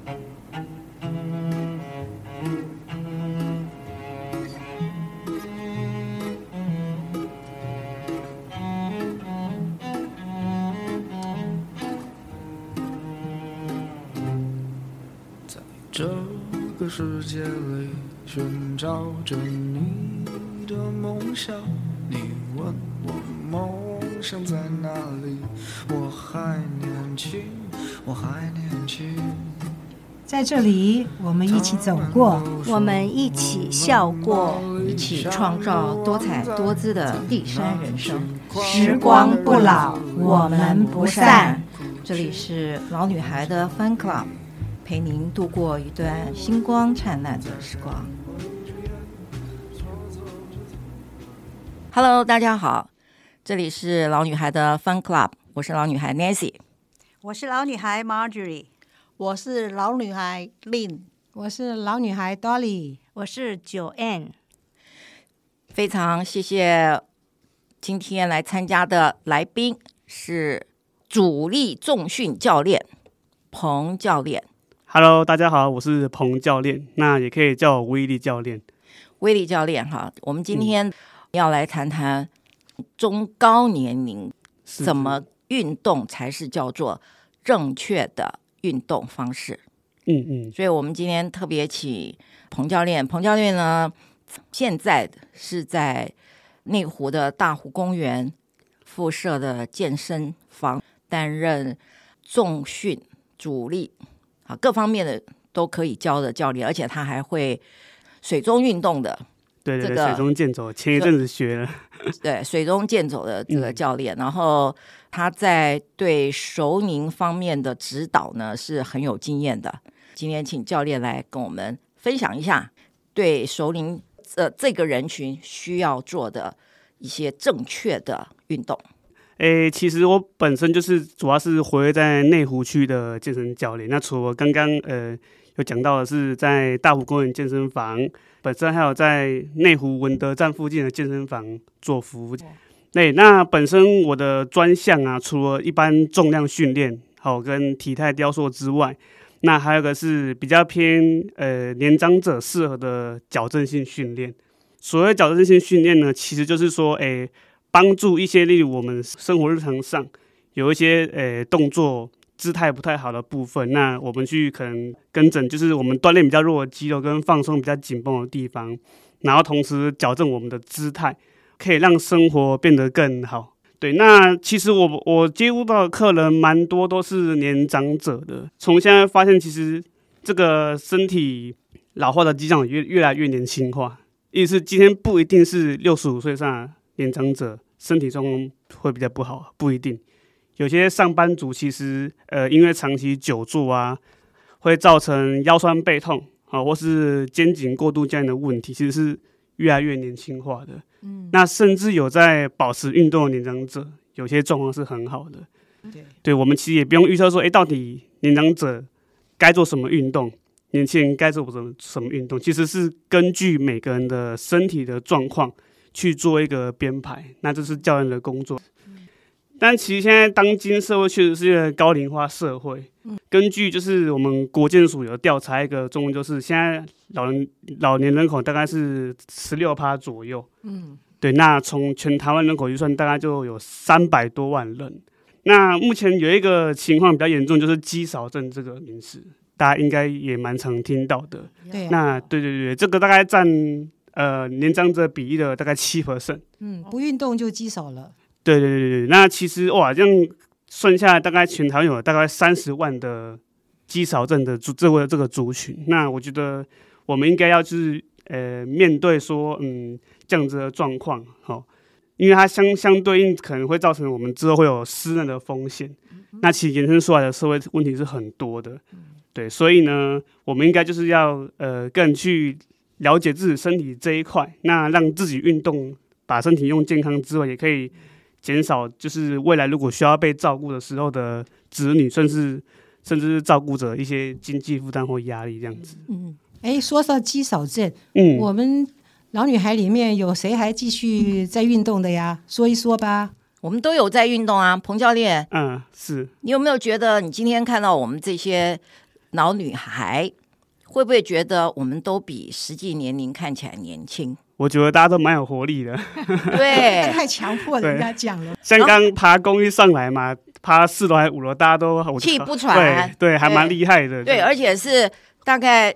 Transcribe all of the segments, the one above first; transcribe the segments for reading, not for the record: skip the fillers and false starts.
这个世界里寻找着你的梦想，你问我梦想在哪里？我还年轻，我还年轻。 在这里，我们一起走过， 我们一起笑过， 一起创造多彩多姿的第三人生。 时光不老，我们不散。 这里是老女孩的 Fun Club， 陪您度过一段星光灿烂的时光。Hello， 大家好，这里是老女孩的 Fun Club， 我是老女孩 Nancy， 我是老女孩 Marjorie， 我是老女孩 Lynn， 我是老女孩 Dolly， 我是 Joanne。 非常谢谢今天来参加的来宾是主力重训教练彭教练。 Hello， 大家好，我是彭教练，那也可以叫我威力教练。 威力教练哈，我们今天要来谈谈中高年龄怎么运动才是叫做正确的运动方式。所以我们今天特别请彭教练。彭教练呢，现在是在内湖的大湖公园附设的健身房担任重训主力啊，各方面的都可以教的教练，而且他还会水中运动的。 对对对，水中健走，前一阵子学了。 对，水中健走的这个教练，然后他在对熟龄方面的指导呢是很有经验的。今天请教练来跟我们分享一下对熟龄这个人群需要做的一些正确的运动。 其实我本身就是主要是活跃在内湖区的健身教练。那除了刚刚有讲到的是在大湖公园健身房，本身还有在内湖文德站附近的健身房做服务。对，那本身我的专项啊，除了一般重量训练好跟体态雕塑之外，那还有一个是比较偏年长者适合的矫正性训练。所谓矫正性训练呢，其实就是说帮助一些例如我们生活日常上有一些动作姿态不太好的部分，那我们去可能更正，就是我们锻炼比较弱的肌肉跟放松比较紧绷的地方，然后同时矫正我们的姿态，可以让生活变得更好。对，那其实我接触到的客人蛮多都是年长者的，从现在发现其实这个身体老化的迹象越来越年轻化，意思是今天不一定是65岁上的年长者身体状况会比较不好，不一定。有些上班族其实因为长期久坐啊，会造成腰酸背痛或是肩颈过度僵硬的问题，其实是越来越年轻化的。那甚至有在保持运动的年长者，有些状况是很好的。对，我们其实也不用预测说，到底年长者该做什么运动，年轻人该做什么运动，其实是根据每个人的身体的状况去做一个编排，那这是教练的工作。但其实现在当今社会确实是一个高龄化社会，根据就是我们国健署有调查一个中文，就是现在老年人口大概是 16% 左右。对，那从全台湾人口预算大概就有300多万人。那目前有一个情况比较严重，就是肌少症这个名词，大家应该也蛮常听到的。 对， 那对，这个大概占年长者比例的大概 7%。 不运动就肌少了。 对，那其实哇，这样算下来，大概全台有大概30万的肌少症的这个族群。那我觉得我们应该要就是面对说这样子的状况，因为它相对应可能会造成我们之后会有失能的风险。那其实延伸出来的社会问题是很多的。对，所以呢，我们应该就是要更去了解自己身体这一块，那让自己运动，把身体用健康之外，也可以减少就是未来如果需要被照顾的时候的子女，甚至是照顾者一些经济负担或压力这样子。 说到肌少症，我们老女孩里面有谁还继续在运动的呀？说一说吧。 我们都有在运动啊，彭教练。 是。 你有没有觉得你今天看到我们这些老女孩，会不会觉得我们都比实际年龄看起来年轻？ 我觉得大家都蛮有活力的。 对， 太强迫人家讲了。 像刚爬公寓上来嘛，爬4楼还5楼，大家都气不喘， 对，还蛮厉害的。 对，而且是大概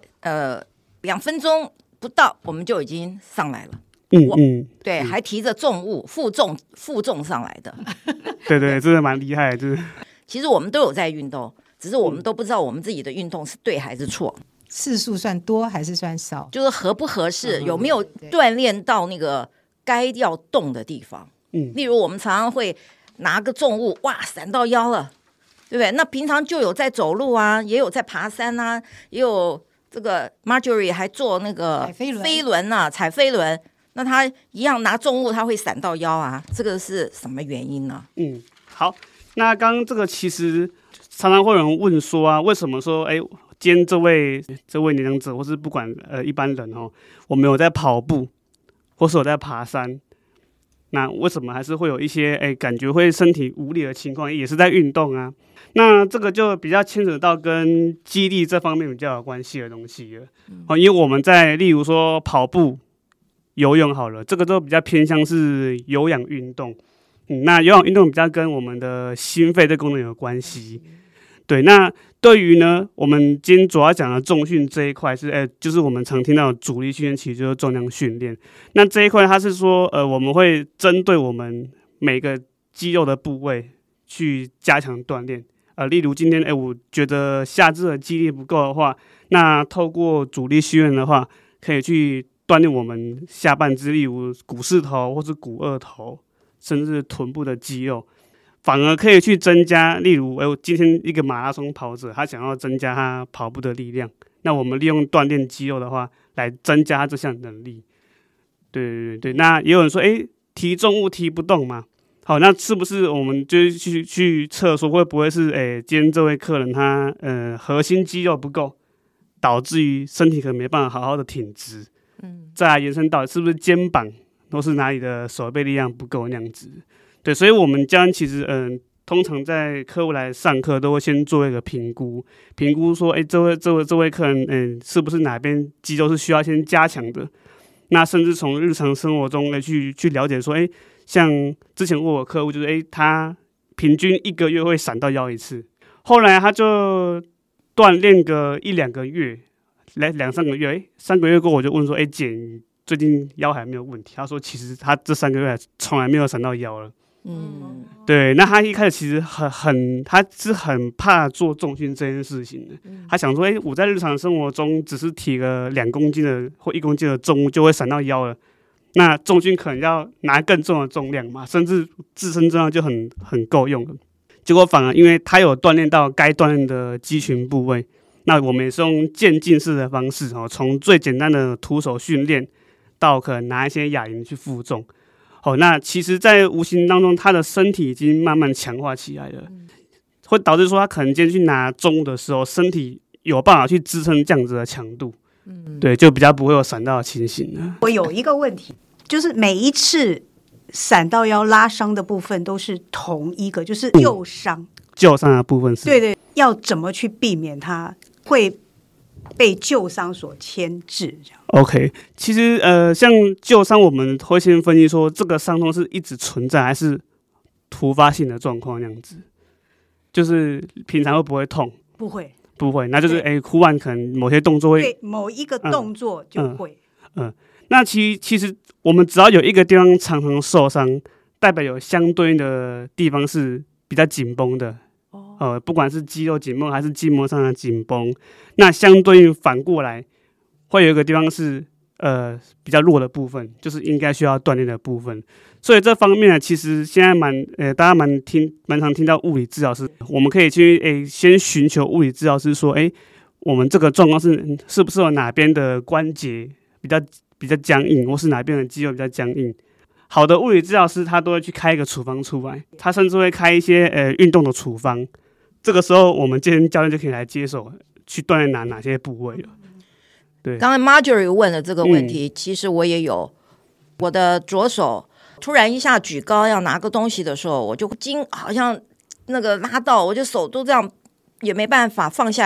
2分钟不到，我们就已经上来了。对，还提着重物，负重上来的。 对，真的蛮厉害的。就是其实我们都有在运动，只是我们都不知道我们自己的运动是对还是错。 次数算多还是算少？ 就是合不合适，有没有锻炼到那个该要动的地方。例如我们常常会拿个重物，哇，闪到腰了，对不对？那平常就有在走路啊，也有在爬山啊，也有这个 Marjorie 还做那个飞轮啊，踩飞轮。那他一样拿重物，他会闪到腰啊，这个是什么原因呢？ 好，那刚刚这个其实常常会有人问说啊，为什么说今天这位年长者，或是不管一般人我们有在跑步，或是有在爬山，那为什么还是会有一些感觉会身体无力的情况，也是在运动啊？那这个就比较牵扯到跟肌力这方面比较有关系的东西了。因为我们在例如说跑步、游泳好了，这个都比较偏向是有氧运动。那有氧运动比较跟我们的心肺这功能有关系。对，那对于呢，我们今天主要讲的重训这一块是，就是我们常听到的主力训练，其实就是重量训练。那这一块它是说，我们会针对我们每个肌肉的部位去加强锻炼。例如今天，我觉得下肢的肌力不够的话，那透过主力训练的话，可以去锻炼我们下半肢，例如股四头或是股二头，甚至臀部的肌肉。反而可以去增加，例如今天一个马拉松跑者，他想要增加他跑步的力量，那我们利用锻炼肌肉的话，来增加他这项能力。对，那也有人说，提重物提不动嘛，好，那是不是我们就去测说会不会是今天这位客人他核心肌肉不够，导致于身体可能没办法好好的挺直，再来延伸到是不是肩膀都是哪里的手背力量不够那样子。对，所以我们教练其实通常在客户来上课都会先做一个评估说，这位客人是不是哪边肌肉是需要先加强的？那甚至从日常生活中去了解说，像之前我客户就是他平均1个月会闪到腰1次，后来他就锻炼个1-2个月，2-3个月，3个月过后我就问说，姐，你最近腰还没有问题？他说其实他这3个月从来没有闪到腰了。对，那他一开始其实他是很怕做重训这件事情的。他想说，我在日常生活中只是提个2公斤的或1公斤的重物就会闪到腰了，那重训可能要拿更重的重量嘛，甚至自身重量就很够用了。结果反而因为他有锻炼到该锻炼的肌群部位，那我们也是用渐进式的方式，从最简单的徒手训练到可能拿一些哑铃去负重。那其实在无形当中他的身体已经慢慢强化起来了，会导致说他可能今天去拿重物的时候身体有办法去支撑这样子的强度。对，就比较不会有闪到的情形了。 我有一个问题，就是每一次闪到腰拉伤的部分都是同一个，就是旧伤。 旧伤的部分是对，要怎么去避免它会被旧伤所牵制 ？OK， 其实像旧伤，我们会先分析说这个伤痛是一直存在还是突发性的状况那样子。就是平常会不会痛？不会，那就是忽然可能某些动作会， 对，某一个动作就会。 那其实我们只要有一个地方常常受伤，代表有相对应的地方是比较紧绷的。不管是肌肉紧绷还是筋膜上的紧绷，那相对应反过来会有一个地方是比较弱的部分，就是应该需要锻炼的部分。所以这方面呢，其实现在大家蛮常听到物理治疗师，我们可以去先寻求物理治疗师说，我们这个状况是不是有哪边的关节比较僵硬，或是哪边的肌肉比较僵硬。好的物理治疗师他都会去开一个处方出来，他甚至会开一些运动的处方。这个时候我们健身教练就可以来接手去锻炼哪些部位了。对， 刚才 Marjorie 问的这个问题，其实我也有。我的左手突然一下举高要拿个东西的时候，我就好像那个拉到，我就手都这样也没办法放下来，就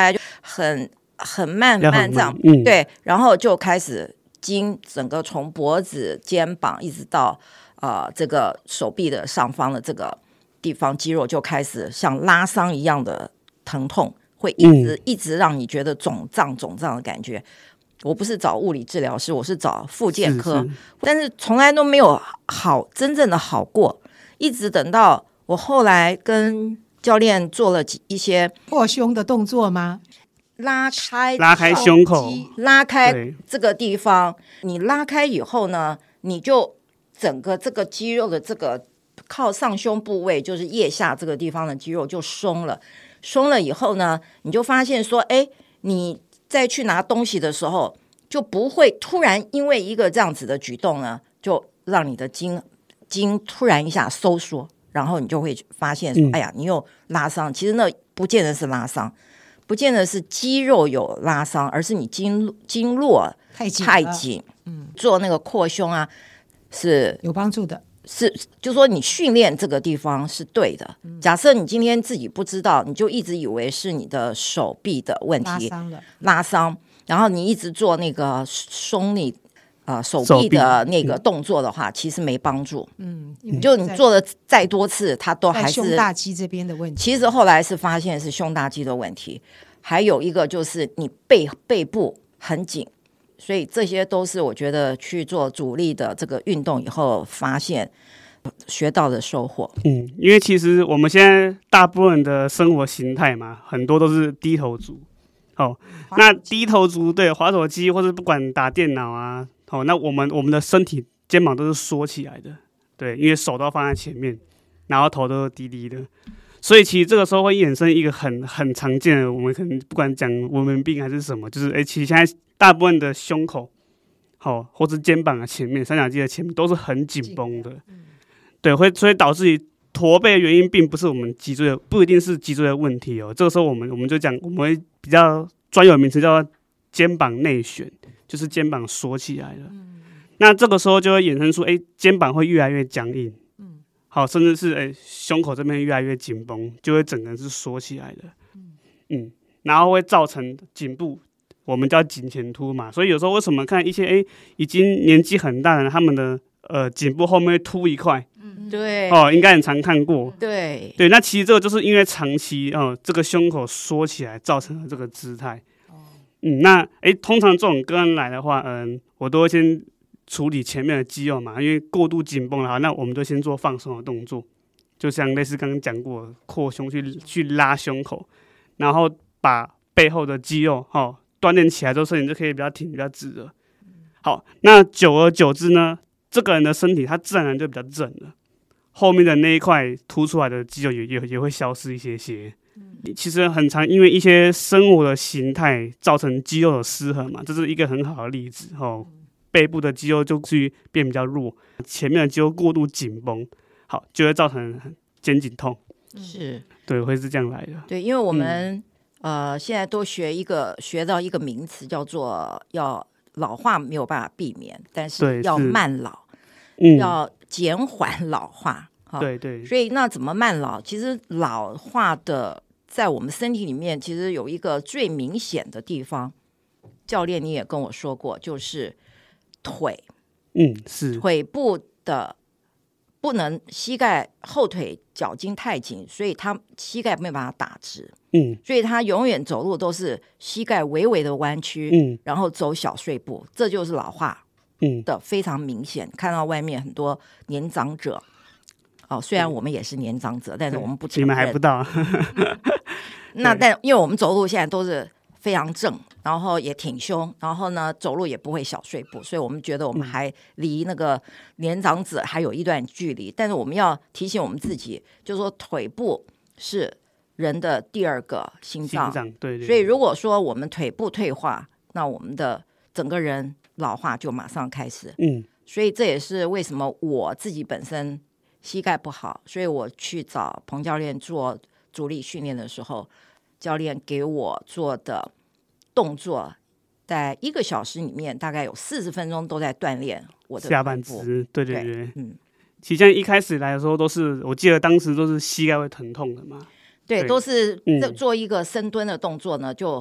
很慢要很慢这样，对，然后就开始整个从脖子、肩膀一直到这个手臂的上方的这个地方肌肉就开始像拉伤一样的疼痛，会一直让你觉得肿胀的感觉。我不是找物理治疗师，我是找复健科，但是从来都没有真正的好过，一直等到我后来跟教练做了一些扩胸的动作吗？ 拉开胸口， 拉开这个地方，你拉开以后呢，你就整个这个肌肉的这个靠上胸部位，就是腋下这个地方的肌肉就松了以后呢，你就发现说，哎，你再去拿东西的时候，就不会突然因为一个这样子的举动呢，就让你的筋突然一下收缩，然后你就会发现说，哎呀，你又拉伤。其实那不见得是拉伤，不见得是肌肉有拉伤，而是你经络太紧。做那个扩胸啊，是有帮助的。 就说你训练这个地方是对的。假设你今天自己不知道，你就一直以为是你的手臂的问题拉伤，然后你一直做那个松你手臂的那个动作的话，其实没帮助。就你做的再多次，它都还是胸大肌这边的问题。 其实后来是发现是胸大肌的问题，还有一个就是你背部很紧。所以这些都是我觉得去做阻力的这个运动以后发现学到的收获。 因为其实我们现在大部分的生活形态嘛，很多都是低头族。那低头族对滑手机或者不管打电脑啊，那我们的身体肩膀都是缩起来的，对，因为手都放在前面，然后头都是低低的。所以其实这个时候会衍生一个很常见的，我们可能不管讲文明病还是什么，就是其实现在大部分的胸口，或是肩膀的前面、三角肌的前面都是很紧绷的，对，所以导致于驼背的原因并不是我们脊椎的，不一定是脊椎的问题哦。这个时候我们就讲，我们会比较专有名词叫肩膀内旋，就是肩膀缩起来了。那这个时候就会衍生出，肩膀会越来越僵硬。甚至是胸口这边越来越紧绷，就会整个人是缩起来的，然后会造成颈部，我们叫颈前凸嘛。所以有时候为什么看一些已经年纪很大的人，他们的颈部后面会凸一块， 对， 应该很常看过， 对， 那其实这个就是因为长期这个胸口缩起来造成的这个姿态，那通常这种个案来的话，我都会先处理前面的肌肉嘛，因为过度紧绷了，那我们就先做放松的动作，就像类似刚刚讲过扩胸去拉胸口，然后把背后的肌肉锻炼起来之后，身体就可以比较挺比较直了。好，那久而久之呢，这个人的身体他自然就比较正了，后面的那一块凸出来的肌肉也会消失一些。其实很常因为一些生活的形态造成肌肉的失衡嘛，这是一个很好的例子。背部的肌肉就至于变比较弱，前面的肌肉过度紧绷，就会造成肩颈痛。 是， 对，会是这样来的。 对，因为我们现在都学到一个名词，叫做要老化没有办法避免，但是要慢老，要减缓老化。 对， 所以那怎么慢老？其实老化的在我们身体里面，其实有一个最明显的地方，教练你也跟我说过，就是腿， 是腿部的不能膝盖后腿脚筋太紧，所以他膝盖没有办法打直，所以他永远走路都是膝盖微微的弯曲，然后走小碎步，这就是老化的非常明显。看到外面很多年长者，虽然我们也是年长者，但是我们不承认， 你们还不到。 但因为我们走路现在都是非常正，然后也挺胸，然后呢走路也不会小碎步，所以我们觉得我们还离那个年长者还有一段距离。但是我们要提醒我们自己，就是说腿部是人的第二个心脏， 对， 所以如果说我们腿部退化，那我们的整个人老化就马上开始。所以这也是为什么我自己本身膝盖不好，所以我去找彭教练做阻力训练的时候，教练给我做的动作，在1个小时里面大概有40分钟都在锻炼我的下半肢。对，其实像一开始来的时候都是，我记得当时都是膝盖会疼痛的嘛。 对，都是做一个深蹲的动作呢，就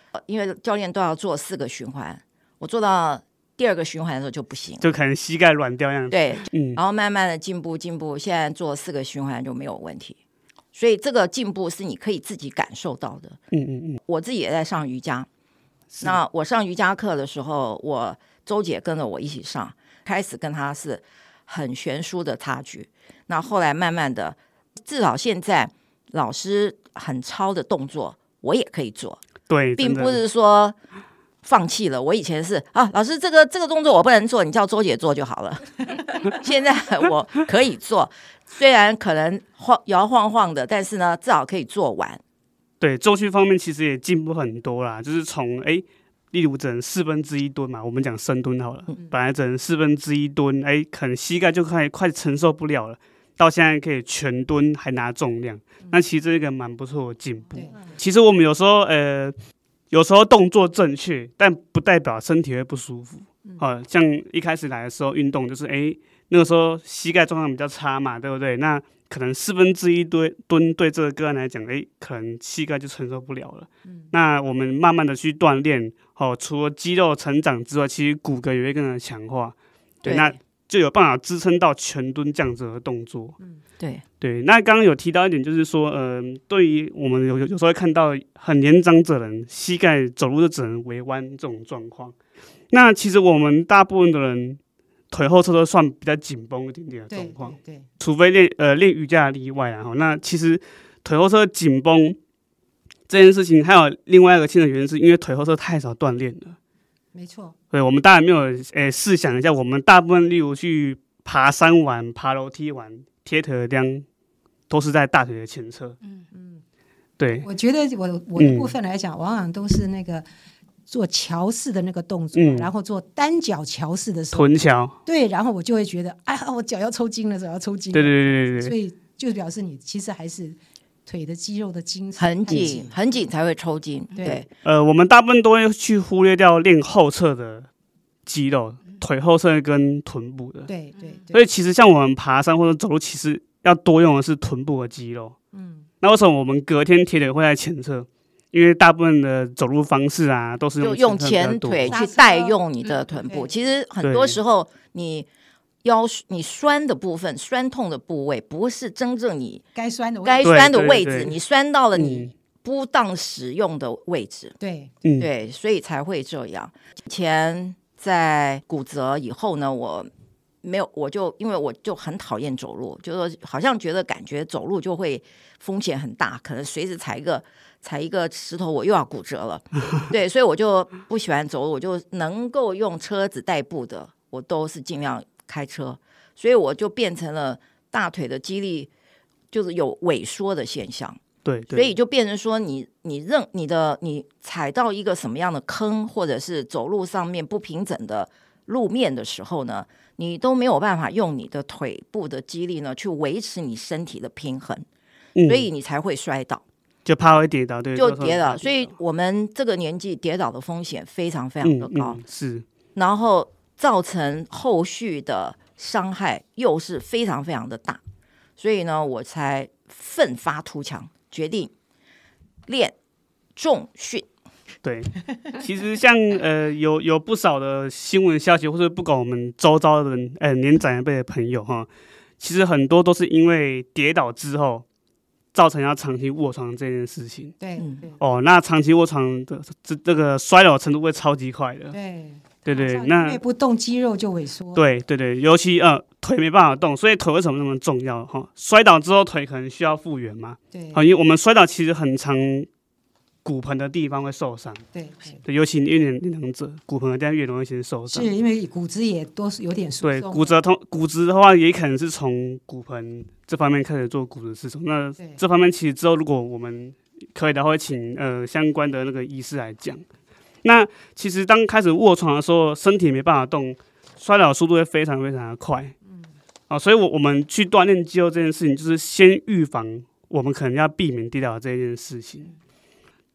因为教练都要做4个循环，我做到第2个循环的时候就不行， 就可能膝盖软掉样子。 对，然后慢慢的进步，现在做4个循环就没有问题。所以这个进步是你可以自己感受到的。我自己也在上瑜伽，那我上瑜伽课的时候，我周姐跟着我一起上，开始跟她是很悬殊的差距。那后来慢慢的，至少现在老师很超的动作，我也可以做。 对， 并不是说放弃了。我以前是老师这个动作我不能做，你叫周姐做就好了。现在我可以做，虽然可能摇晃晃的，但是呢，至少可以做完。 对，重训方面其实也进步很多啦，就是从例如只能1/4吨嘛，我们讲深蹲好了，本来只能1/4吨，可能膝盖就快承受不了了，到现在可以全蹲还拿重量，那其实这是一个蛮不错的进步。其实我们有时候动作正确，但不代表身体会不舒服。像一开始来的时候运动就是那个时候膝盖状况比较差嘛，对不对？那可能1/4吨对这个个案来讲，可能膝盖就承受不了了。那我们慢慢的去锻炼，除了肌肉成长之外，其实骨骼也会更加强化。对，那就有办法支撑到全蹲这样子的动作。对，那刚刚有提到一点，就是说，对于我们有时候会看到很年长者人膝盖走路就只能微弯这种状况。那其实我们大部分的人腿后侧都算比较紧绷一点点的状况，对，除非练瑜伽的例外啊。那其实腿后侧紧绷这件事情，还有另外一个牵扯原因，是因为腿后侧太少锻炼了。 没错， 对，我们当然没有试想一下，我们大部分例如去爬山玩、爬楼梯玩、贴腿的量，都是在大腿的前侧。对， 我觉得我的部分来讲，往往都是那个做桥式的那个动作，然后做单脚桥式的时候， 臀桥，对， 然后我就会觉得，我脚要抽筋了，脚要抽筋了， 对， 所以就表示你其实还是腿的肌肉的筋很紧才会抽筋。对， 我们大部分都会去忽略掉练后侧的肌肉，腿后侧跟臀部的。对，所以其实像我们爬山或者走路，其实要多用的是臀部的肌肉。那为什么我们隔天铁腿会在前侧？因为大部分的走路方式啊，都是用前腿去代用你的臀部。其实很多时候你酸的部分、酸痛的部位，不是真正你该酸的位置，你酸到了你不当使用的位置。对，所以才会这样。以前在骨折以后呢，因为我就很讨厌走路，就是好像感觉走路就会风险很大，可能随时踩一个石头我又要骨折了。对，所以我就不喜欢走路，我就能够用车子代步的，我都是尽量开车，所以我就变成了大腿的肌力就是有萎缩的现象。对，所以就变成说你踩到一个什么样的坑，或者是走路上面不平整的路面的时候呢，你都没有办法用你的腿部的肌力呢去维持你身体的平衡，所以你才会摔倒， 就怕会跌倒。对， 就跌倒。所以我们这个年纪跌倒的风险非常非常的高， 是， 然后造成后续的伤害又是非常非常的大，所以呢，我才奋发图强，决定练重训。 对，其实像有不少的新闻消息，或者不管我们周遭的年长一辈的朋友哈，其实很多都是因为跌倒之后造成要长期卧床这件事情。 对， 那长期卧床的这个摔倒程度会超级快的。对，那因为不动肌肉就萎缩。 对，尤其腿没办法动，所以腿为什么那么重要哈？摔倒之后腿可能需要复原嘛。对，因为我们摔倒其实很常骨盆的地方会受伤。对，尤其越年长者，骨盆的地方越容易先受伤。 是因为骨质也都是有点疏松。 对，骨质的话也可能是从骨盆这方面开始做骨质疏松。那这方面其实之后如果我们可以的话，会请相关的那个医师来讲。那其实当开始卧床的时候，身体没办法动，摔倒的速度会非常非常的快。所以我们去锻炼肌肉这件事情，就是先预防我们可能要避免跌倒这件事情。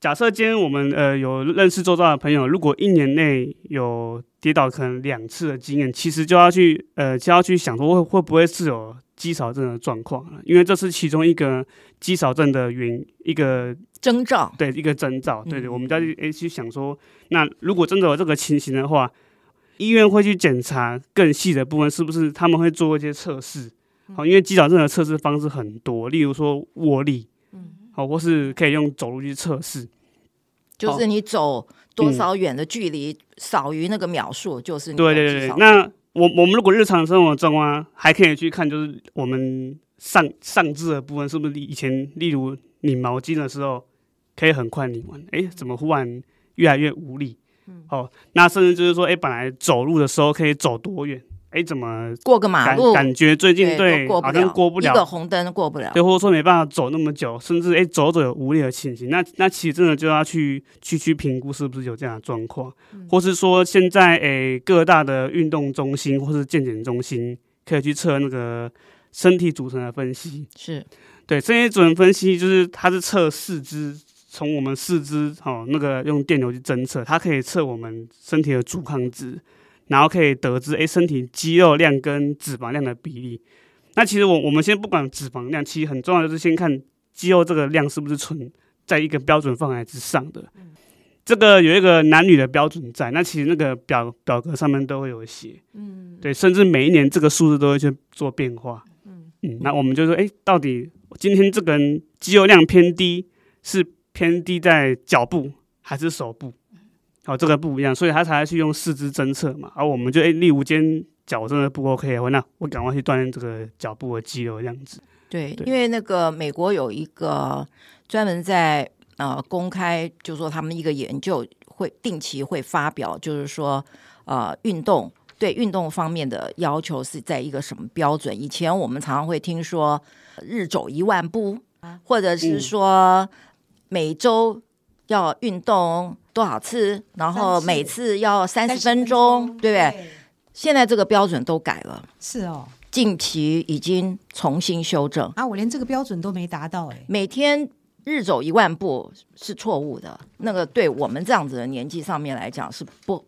假设今天我们有认识周遭的朋友，如果1年内有跌倒可能2次的经验，其实就要去想说会不会是有肌少症的状况了，因为这是其中一个肌少症的一个征兆， 对，一个征兆，对，我们就要去想说，那如果真的有这个情形的话，医院会去检查更细的部分，是不是他们会做一些测试？好，因为肌少症的测试方式很多，例如说握力，好，或是可以用走路去测试， 就是你走多少远的距离，少于那个秒数，就是你对。那我们如果日常生活中啊，还可以去看，就是我们上肢的部分是不是以前，例如拧毛巾的时候可以很快拧完，怎么忽然越来越无力？那甚至就是说，本来走路的时候可以走多远？怎么过个马路感觉最近对好像过不了， 一个红灯过不了， 对，或者说没办法走那么久，甚至走有无力的情形，那其实真的就要去评估是不是有这样的状况，或是说现在各大的运动中心或是健检中心可以去测那个身体组成的分析， 是对身体组成分析，就是它是测四肢。从我们四肢那个用电流去侦测，它可以测我们身体的阻抗值，然后可以得知身体肌肉量跟脂肪量的比例。那其实我们先不管脂肪量，其实很重要的就是先看肌肉这个量是不是存在一个标准范围之上的。这个有一个男女的标准在，那其实那个表格上面都会有写，对，甚至每一年这个数字都会去做变化。那我们就说，到底今天这个人肌肉量偏低，是偏低在脚部还是手部？这个不一样，所以他才会去用四肢侦测嘛。而我们就例如今天脚真的不 OK 的话，那我赶快去锻炼这个脚部的肌肉这样子。 对，因为那个美国有一个专门在公开，就是说他们一个研究会定期会发表，就是说运动对运动方面的要求是在一个什么标准？以前我们常常会听说日走1万步，或者是说每周要运动多少次，然后每次要30分钟，对不对？现在这个标准都改了， 是哦， 近期已经重新修正啊，我连这个标准都没达到每天日走1万步是错误的，那个对我们这样子的年纪上面来讲是不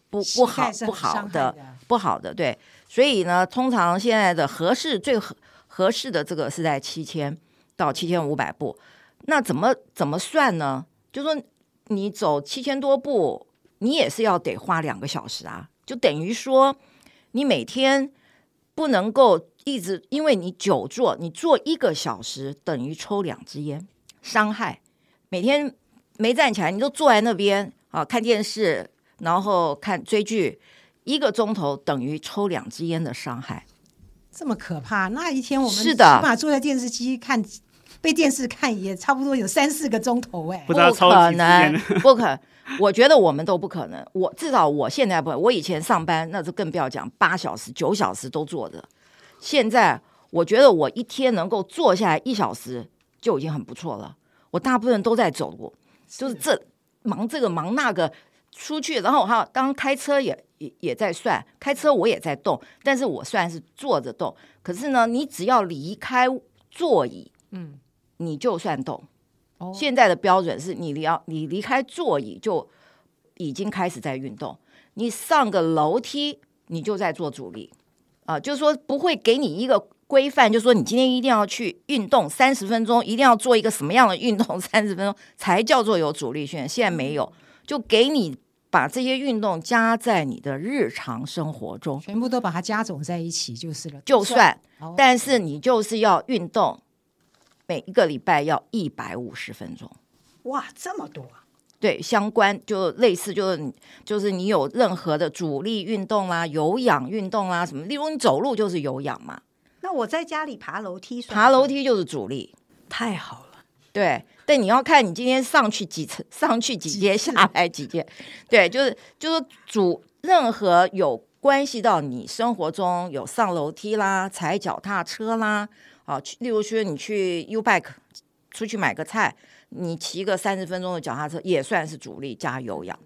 好的，对。所以呢，通常现在的最合适的这个是在7000到7500步。那怎么算呢？就说你走7000多步，你也是要得花2个小时啊，就等于说你每天不能够一直，因为你久坐，你坐1个小时等于抽2支烟，伤害。每天没站起来，你都坐在那边看电视，然后追剧，1个钟头等于抽2支烟的伤害， 这么可怕？那一天我们是的， 起码坐在电视机看。被电视看也差不多有3-4个钟头不可能， 不可能。我觉得我们都不可能。至少我现在不会。我以前上班那就更不要讲，8小时、9小时都坐着。现在我觉得我一天能够坐下来1小时就已经很不错了。我大部分都在走路，就是忙这个忙那个，出去，然后当开车也在算，开车我也在动，但是我虽然是坐着动，可是呢，你只要离开座椅，你就算动。现在的标准是你离开座椅就已经开始在运动，你上个楼梯你就在做阻力就是说不会给你一个规范，就是说你今天一定要去运动30分钟，一定要做一个什么样的运动30分钟才叫做有阻力训练。现在没有，就给你把这些运动加在你的日常生活中， 全部都把它加总在一起就是了。 就算，但是你就是要运动。每一个礼拜要150分钟， 哇，这么多！ 对，相关就类似，就是你有任何的阻力运动啦、有氧运动啦什么，例如你走路就是有氧嘛。 那我在家里爬楼梯， 爬楼梯就是阻力， 太好了。 对，但你要看你今天上去几阶，下来几阶。对，就是任何有关系到你生活中有上楼梯啦、踩脚踏车啦。例如说你去 U-Bike 出去买个菜，你骑个30分钟的脚踏车也算是阻力加有氧。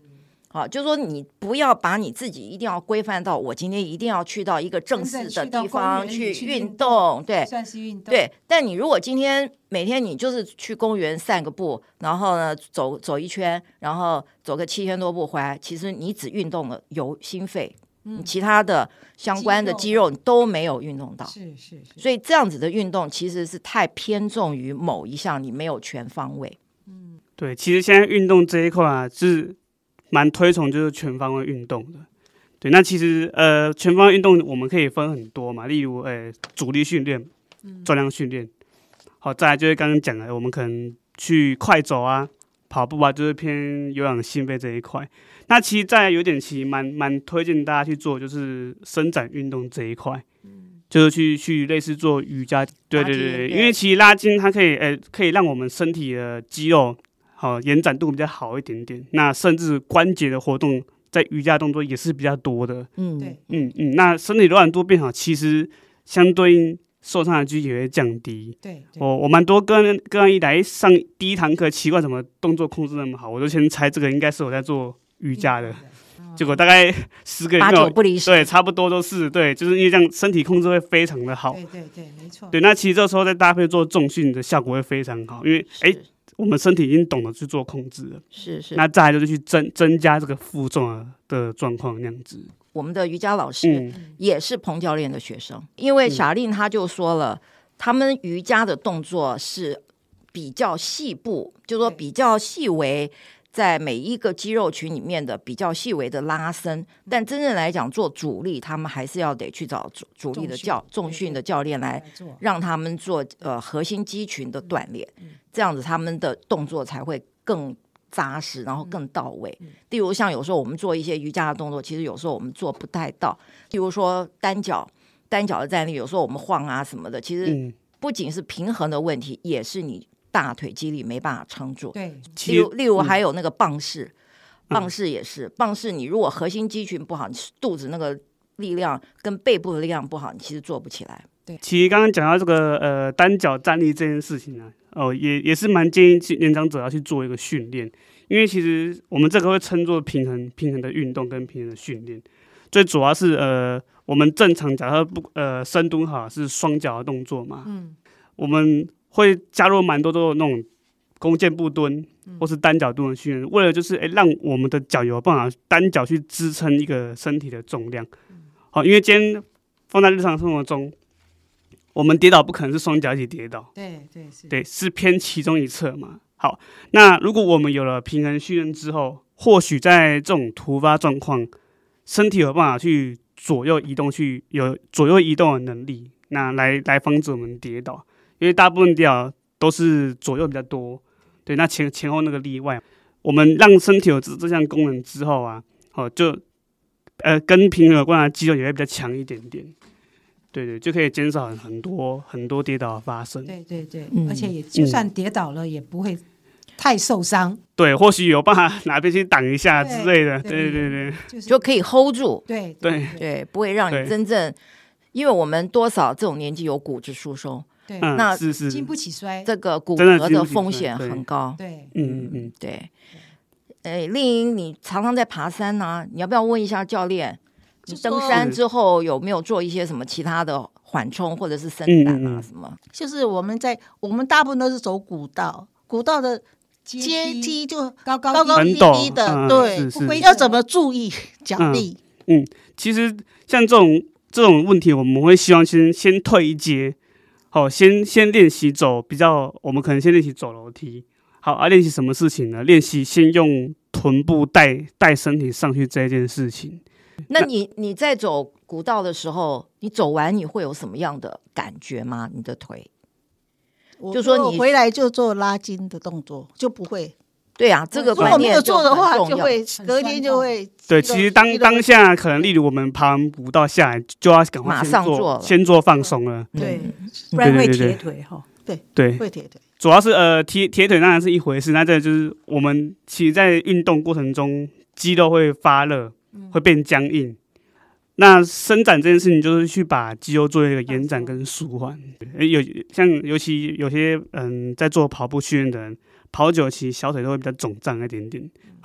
好，就是说你不要把你自己一定要规范到我今天一定要去到一个正式的地方去运动，对， 算是运动。 对，但你如果今天每天你就是去公园散个步，然后呢走一圈，然后走个7000多步回来，其实你只运动了心肺，你其他的相关的肌肉你都没有运动到。 是， 所以这样子的运动其实是太偏重于某一项，你没有全方位。 对，其实现在运动这一块啊，是蛮推崇就是全方位运动的。对，那其实全方位运动我们可以分很多嘛，例如阻力训练、重量训练，好，再来就是刚刚讲的，我们可能去快走啊、跑步啊，就是偏有氧心肺这一块。那其实再来有点其实蛮推荐大家去做，就是伸展运动这一块。就是去类似做瑜伽，对，因为其实拉筋它可以让我们身体的肌肉延展度比较好一点点，那甚至关节的活动在瑜伽动作也是比较多的。那身体柔软度变好，其实相对应受伤的几率也会降低。 对， 我蛮多个案一来上第一堂课，奇怪怎么动作控制那么好，我就先猜这个应该是我在做瑜伽的。结果大概10个人 8、9不离10， 对，差不多都是对，就是因为这样身体控制会非常的好。 对，没错。 对，那其实这时候再搭配做重训的效果会非常好，因为我们身体已经懂得去做控制了。 是。 那再来就是去增加这个负重的状况那样子。 我们的瑜伽老师也是彭教练的学生，因为小令他就说了，他们瑜伽的动作是比较细部，就是说比较细微。在每一个肌肉群里面的比较细微的拉伸，但真正来讲做主力，他们还是要得去找主力的重训的教练来让他们做核心肌群的锻炼，这样子他们的动作才会更扎实，然后更到位。例如像有时候我们做一些瑜伽的动作，其实有时候我们做不太到，例如说单脚的站立，有时候我们晃啊什么的，其实不仅是平衡的问题，也是你大腿肌力没办法撑住。 对， 例如还有那个棒式，棒式也是，棒式你如果核心肌群不好，你肚子那个力量跟背部的力量不好，你其实做不起来。 对， 其实刚刚讲到这个单脚站立这件事情啊，也是蛮建议年长者要去做一个训练，因为其实我们这个会称作平衡的运动跟平衡的训练，最主要是我们正常假设深蹲好是双脚的动作嘛，我们会加入蛮多都有那种弓箭步蹲或是单脚蹲的训练，为了就是让我们的脚有办法单脚去支撑一个身体的重量。好，因为今天放在日常生活中，我们跌倒不可能是双脚一起跌倒，对，是偏其中一侧嘛。好，那如果我们有了平衡训练之后，或许在这种突发状况，身体有办法去左右移动，有左右移动的能力，那来防止我们跌倒。因为大部分跌倒都是左右比较多，对，那前后那个例外。我们让身体有这项功能之后啊，就跟平衡有关的肌肉也会比较强一点点，对，就可以减少很多跌倒的发生。 对，而且也就算跌倒了，也不会太受伤。 对，或许有办法哪边去挡一下之类的，对， 就可以 hold 住。 对， 不会让你真正，因为我们多少这种年纪有骨质疏松。 对， 那是经不起摔， 这个骨骼的风险很高。 对， 对。丽颖，你常常在爬山啊，你要不要问一下教练，你登山之后有没有做一些什么其他的缓冲或者是伸展啊什么？ 就是我们大部分都是走古道的阶梯就高低低的，对，要怎么注意脚力？ 其实像这种问题，我们会希望先退一阶。先练习走我们可能先练习走楼梯。好，练习什么事情呢？练习先用臀部带身体上去这件事情。 那你在走古道的时候，你走完你会有什么样的感觉吗？你的腿？就说你回来就做拉筋的动作，就不会。 对啊，这个如果没有做的话，就会隔天就会。 对，其实当下可能，例如我们爬完古道下来，就要赶快马上做， 先做放松了。 对，不然会铁腿哈。 对， 会铁腿。 主要是铁腿当然是一回事，那这就是我们其实在运动过程中，肌肉会发热，会变僵硬。那伸展这件事情，就是去把肌肉做一个延展跟舒缓。尤其有些在做跑步训练的人，跑久其实小腿都会比较肿胀一点点。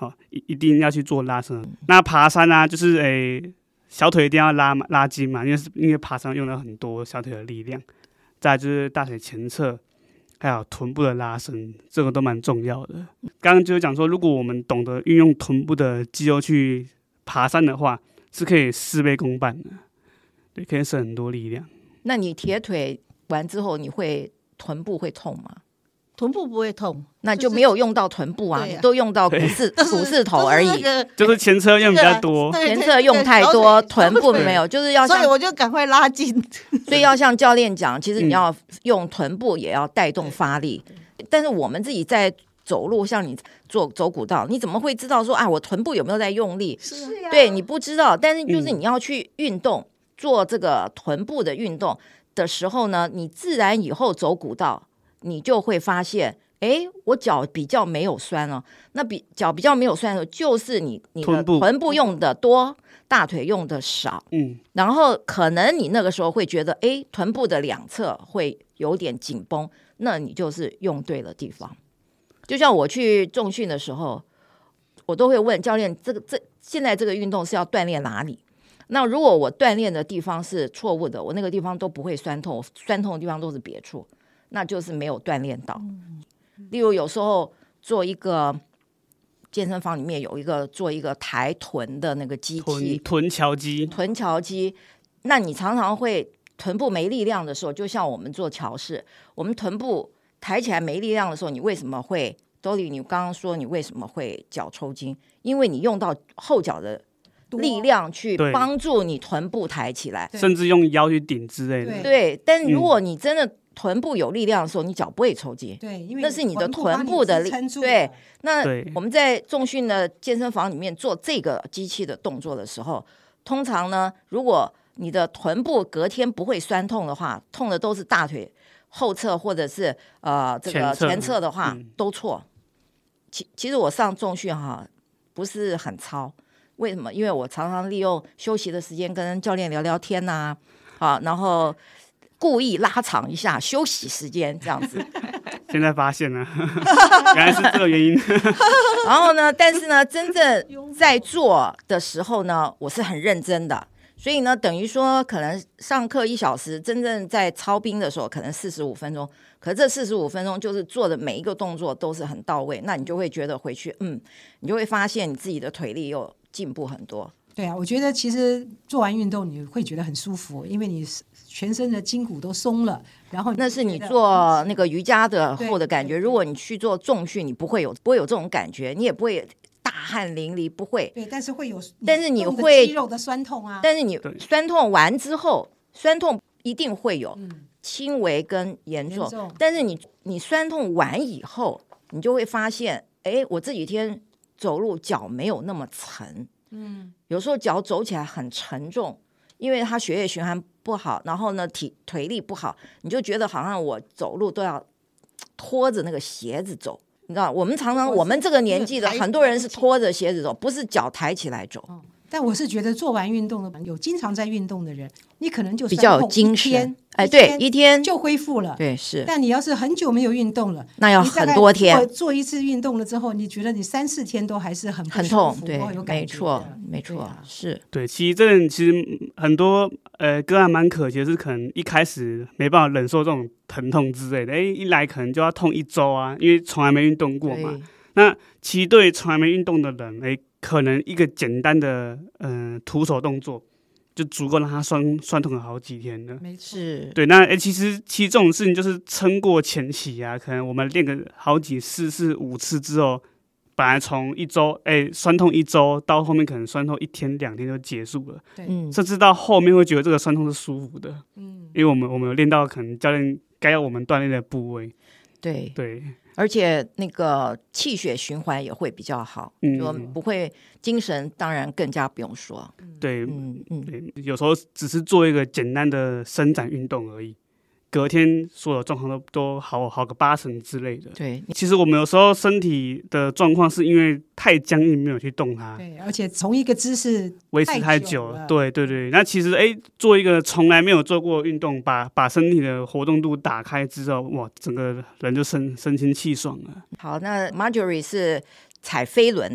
一定要去做拉伸。那爬山啊，就是小腿一定要拉筋嘛，因为爬山用了很多小腿的力量。再来就是大腿前侧，还有臀部的拉伸，这个都蛮重要的。刚刚就是讲说，如果我们懂得运用臀部的肌肉去爬山的话，是可以事倍功半的，对，可以省很多力量。 那你铁腿完之后，你臀部会痛吗？ 臀部不会痛， 那就没有用到臀部啊，你都用到股四头而已， 就是前侧用比较多， 前侧用太多，臀部没有，就是要像， 所以我就赶快拉筋。 所以要像教练讲，其实你要用臀部也要带动发力，但是我们自己在走路，像你走古道，你怎么会知道说我臀部有没有在用力？ 是啊，对，你不知道，但是就是你要去运动，做这个臀部的运动的时候呢，你自然以后走古道。你就会发现，我脚比较没有酸了。那脚比较没有酸的时候，就是你的臀部用的多，大腿用的少。然后可能你那个时候会觉得，臀部的两侧会有点紧绷，那你就是用对了地方。就像我去重训的时候，我都会问教练，现在这个运动是要锻炼哪里？那如果我锻炼的地方是错误的，我那个地方都不会酸痛，酸痛的地方都是别处。那就是没有锻炼到。例如有时候做一个健身房里面有做一个抬臀的那个机器， 臀桥机， 那你常常会臀部没力量的时候，就像我们做桥式，我们臀部抬起来没力量的时候，你为什么会Dolly，你刚刚说你为什么会脚抽筋？因为你用到后脚的力量去帮助你臀部抬起来， 甚至用腰去顶之类的。 对，但如果你真的臀部有力量的时候，你脚不会抽筋。 对，因为那是你的臀部的力。对，那我们在重训的健身房里面做这个机器的动作的时候，通常呢，如果你的臀部隔天不会酸痛的话，痛的都是大腿后侧或者是这个前侧的话，都错。其实我上重训不是很操，为什么？因为我常常利用休息的时间跟教练聊聊天呐，然后故意拉长一下休息时间，这样子。 现在发现了，原来是这个原因。 然后呢，但是呢，真正在做的时候呢，我是很认真的。所以呢，等于说可能上课1小时，真正在操兵的时候可能45分钟，可这45分钟就是做的每一个动作都是很到位，那你就会觉得回去，你就会发现你自己的腿力又进步很多。 对啊，我觉得其实做完运动你会觉得很舒服，因为你全身的筋骨都松了，然后那是你做那个瑜伽的后的感觉。如果你去做重训，你不会有这种感觉，你也不会大汗淋漓，不会。 对，但是会有， 但是你会肌肉的酸痛啊。 但是你酸痛完之后，酸痛一定会有轻微跟严重，但是你酸痛完以后，你就会发现，我这几天走路脚没有那么沉。有时候脚走起来很沉重，因为它血液循环不好，然后呢腿力不好，你就觉得好像我走路都要拖着那个鞋子走。你知道，我们常常我们这个年纪的很多人是拖着鞋子走，不是脚抬起来走。 但我是觉得做完运动的有经常在运动的人，你可能就比较有精神，对，一天就恢复了。 对，是。 但你要是很久没有运动了， 那要很多天。 做一次运动了之后，你觉得你3-4天都还是很痛，对，没错，没错，是。 对，其实很多个案蛮可惜的是，可能一开始没办法忍受这种疼痛之类的，一来可能就要痛1周啊，因为从来没运动过嘛。那其实对从来没运动的人，可能一个简单的徒手动作就足够让他酸痛了好几天了。 没错， 对。那其实这种事情就是撑过前期啊，可能我们练个好几次、5次之后，本来从1周酸痛1周，到后面可能酸痛1天2天就结束了。 对， 甚至到后面会觉得这个酸痛是舒服的。因为我们有练到可能教练该要我们锻炼的部位。 对对。 而且那个气血循环也会比较好，就不会精神当然更加不用说。 对，对，有时候只是做一个简单的伸展运动而已，隔天所有状况都好个80%之类的。 对， 其实我们有时候身体的状况是因为太僵硬，没有去动它。 对，而且从一个姿势维持太久了。对。那其实做一个从来没有做过的运动，把身体的活动度打开之后，哇，整个人就身轻气爽了。 好，那 Marjorie 是踩飞轮的。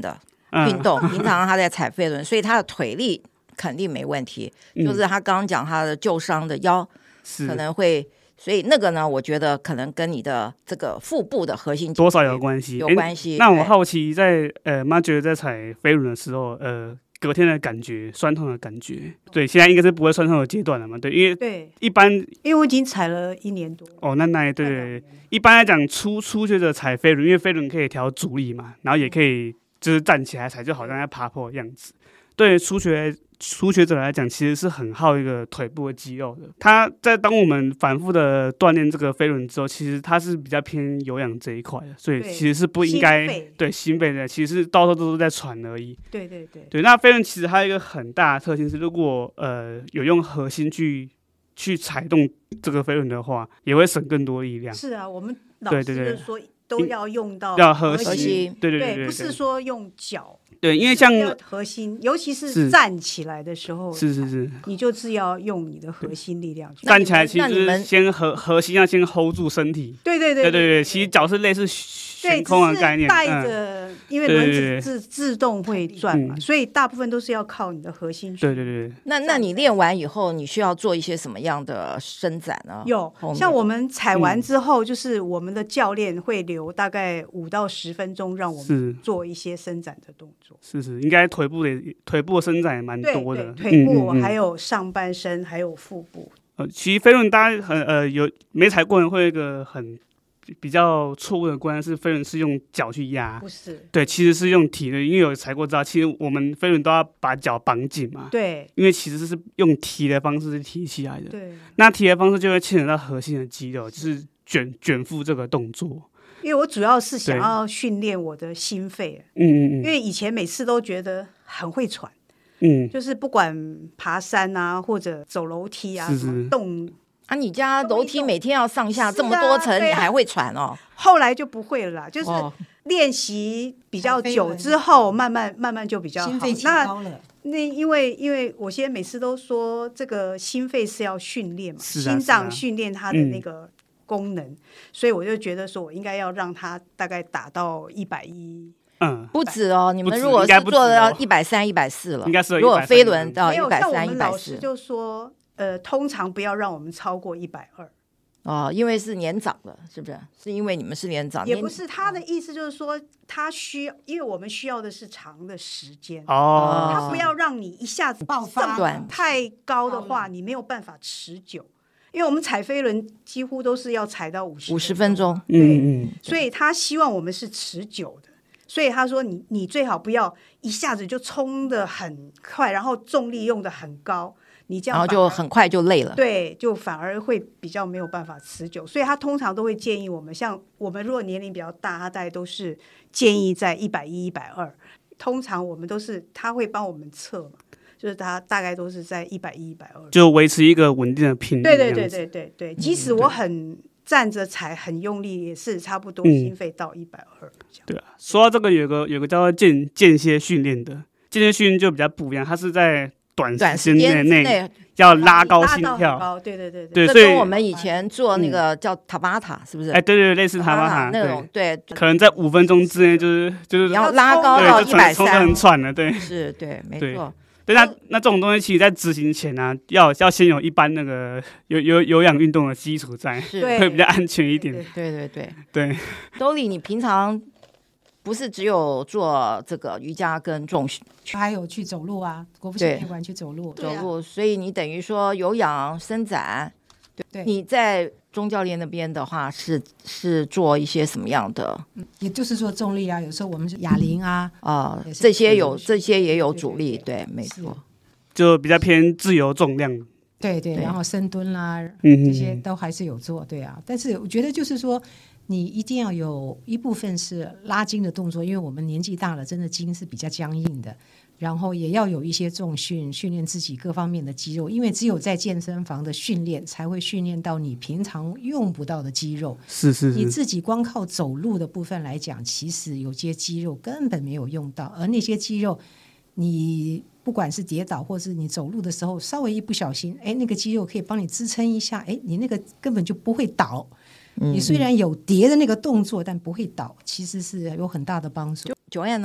运动，平常他在踩飞轮，所以他的腿力肯定没问题。就是他刚刚讲他的旧伤的腰可能会，所以那个呢，我觉得可能跟你的这个腹部的核心多少有关系， 有关系。 那我好奇在妈觉得在踩飞轮的时候，隔天的感觉，酸痛的感觉，对，现在应该是不会酸痛的阶段了嘛？对，因为对一般， 因为我已经踩了1年多。 哦，那对，一般来讲，初学者踩飞轮，因为飞轮可以调阻力嘛，然后也可以就是站起来踩，就好像在爬坡的样子。对初学者来讲，其实是很耗一个腿部的肌肉的。他在当我们反复的锻炼这个飞轮之后，其实它是比较偏有氧这一块的，所以其实是不应该对心肺的，其实到时候都是在喘而已。对，那飞轮其实还有一个很大的特性是，如果有用核心去踩动这个飞轮的话，也会省更多力量。 是啊，我们老师就是说都要用到核心，对， 不是说用脚。 对，因为像核心，尤其是站起来的时候， 是， 你就是要用你的核心力量。 站起来其实就是先核心要先 hold 住身体。对，其实脚是类似悬空的概念， 带着，因为轮子自动会转嘛，所以大部分都是要靠你的核心。 对。 那你练完以后，你需要做一些什么样的伸展呢？ 有，像我们踩完之后，就是我们的教练会留大概5到10分钟，让我们做一些伸展的动作。 是，应该腿部的伸展也蛮多的， 腿部还有上半身还有腹部。 其实飞轮大家有没踩过人会有一个比较错误的观念是飞轮是用脚去压， 不是， 对，其实是用体的，因为有踩过知道，其实我们飞轮都要把脚绑紧嘛， 对， 因为其实是用提的方式是提起来的， 对， 那提的方式就会牵扯到核心的肌肉，就是卷腹这个动作。 因为我主要是想要训练我的心肺，因为以前每次都觉得很会喘，就是不管爬山啊或者走楼梯啊，什么动啊，你家楼梯每天要上下这么多层，你还会喘哦？ 后来就不会了啦，就是练习比较久之后，慢慢就比较好。 心肺提高了。 那因为我现在每次都说，这个心肺是要训练嘛，心脏训练它的那个功能，所以我就觉得说我应该要让它大概打到110。 不止哦，你们如果是做到130、140了， 应该是如果飞轮到130、140， 没有像我们老师就说，通常不要让我们超过120。 哦，因为是年长了，是不是？是因为你们是年长， 也不是他的意思，就是说他需要，因为我们需要的是长的时间哦， 他不要让你一下子爆发太高的话，你没有办法持久。因为我们踩飞轮几乎都是要踩到50分钟，对，所以他希望我们是持久的。所以他说你最好不要一下子就冲得很快，然后重力用得很高，你这样然后就很快就累了， 对，就反而会比较没有办法持久。所以他通常都会建议我们，像我们如果年龄比较大，他大概都是建议在110、120。通常我们都是他会帮我们测嘛，就是他大概都是在110、120，就维持一个稳定的频率。 对，即使我很站着踩很用力，也是差不多心肺到120。 对啊，说到这个，有个叫做间歇训练的，间歇训练就比较不一样，它是在短时间内要拉高心跳。 对， 这跟我们以前做那个叫塔巴塔是不是？ 对，类似塔巴塔那种，对， 可能在5分钟之内就是要拉高到130， 冲得很喘了，对， 是，对，没错。 对，那这种东西其实在执行前呢，要先有一般那个有氧运动的基础在，会比较安全一点。对。 Dolly，你平常不是只有做这个瑜伽跟重训， 还有去走路啊，国父纪念馆去走路， 所以你等于说有氧伸展。对，你在钟教练那边的话是做一些什么样的？ 也就是做重力啊，有时候我们是哑铃啊， 这些也有阻力，对，没错， 就比较偏自由重量。 对，然后深蹲啦，这些都还是有做，对啊。但是我觉得就是说，你一定要有一部分是拉筋的动作，因为我们年纪大了，真的筋是比较僵硬的。然后也要有一些重训练自己各方面的肌肉，因为只有在健身房的训练才会训练到你平常用不到的肌肉。 是， 你自己光靠走路的部分来讲，其实有些肌肉根本没有用到，而那些肌肉你不管是跌倒或是你走路的时候稍微一不小心，那个肌肉可以帮你支撑一下，你那个根本就不会倒。你虽然有跌的那个动作，但不会倒，其实是有很大的帮助。 Joanne 呢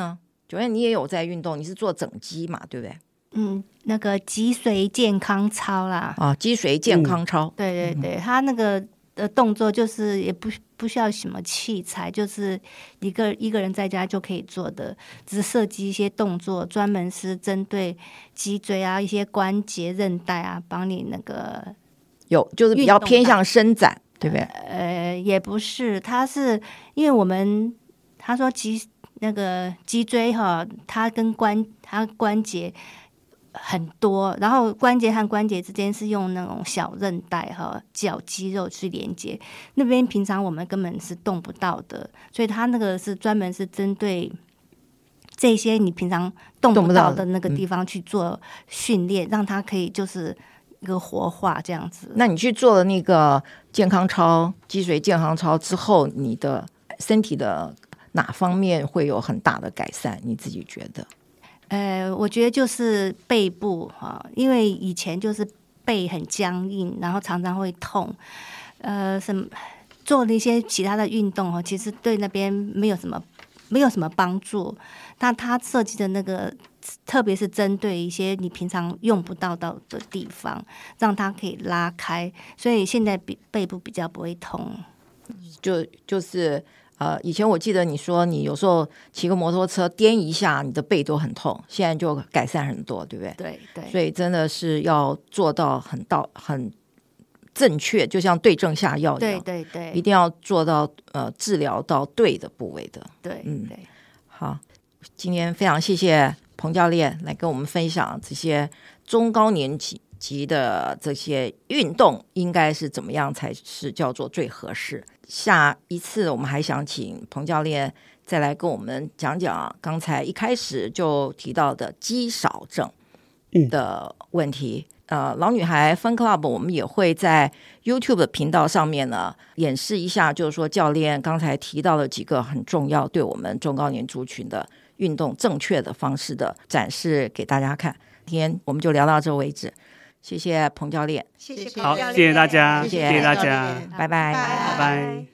九月你也有在运动，你是做整肌嘛，对不对？ 那个脊髓健康操啦。 脊髓健康操。 对对对，他那个的动作就是也不需要什么器材，就是一个人在家就可以做的，只是设计一些动作，专门是针对脊椎啊、一些关节、韧带啊，帮你那个就是比较偏向伸展，对不对？ 也不是，他是因为他说那个脊椎哈，它关节很多，然后关节和关节之间是用那种小韧带和角肌肉去连接，那边平常我们根本是动不到的，所以它那个是专门是针对这些你平常动不到的那个地方去做训练，让它可以就是一个活化这样子。 那你去做了那个健康操、脊髓健康操之后，你的身体的哪方面会有很大的改善？你自己觉得？ 我觉得就是背部因为以前就是背很僵硬，然后常常会痛，做了一些其他的运动其实对那边没有什么帮助。那他设计的那个，特别是针对一些你平常用不到的地方，让它可以拉开，所以现在背部比较不会痛。 就是以前我记得你说你有时候骑个摩托车颠一下你的背都很痛，现在就改善很多，对不对？ 对对， 所以真的是要做到很正确，就像对症下药一样。 对对对， 一定要做到治疗到对的部位的。 对，对。 好，今天非常谢谢彭教练来跟我们分享这些中高年级的这些运动应该是怎么样才是叫做最合适。下一次我们还想请彭教练再来跟我们讲讲刚才一开始就提到的肌少症的问题。老女孩 Fun Club 我们也会在 YouTube 的频道上面呢演示一下，就是说教练刚才提到了几个很重要对我们中高年族群的运动正确的方式的展示给大家看。今天我们就聊到这为止，谢谢彭教练。 谢谢彭好， 教练， 谢谢大家， 谢谢谢大家， 拜拜， 拜拜。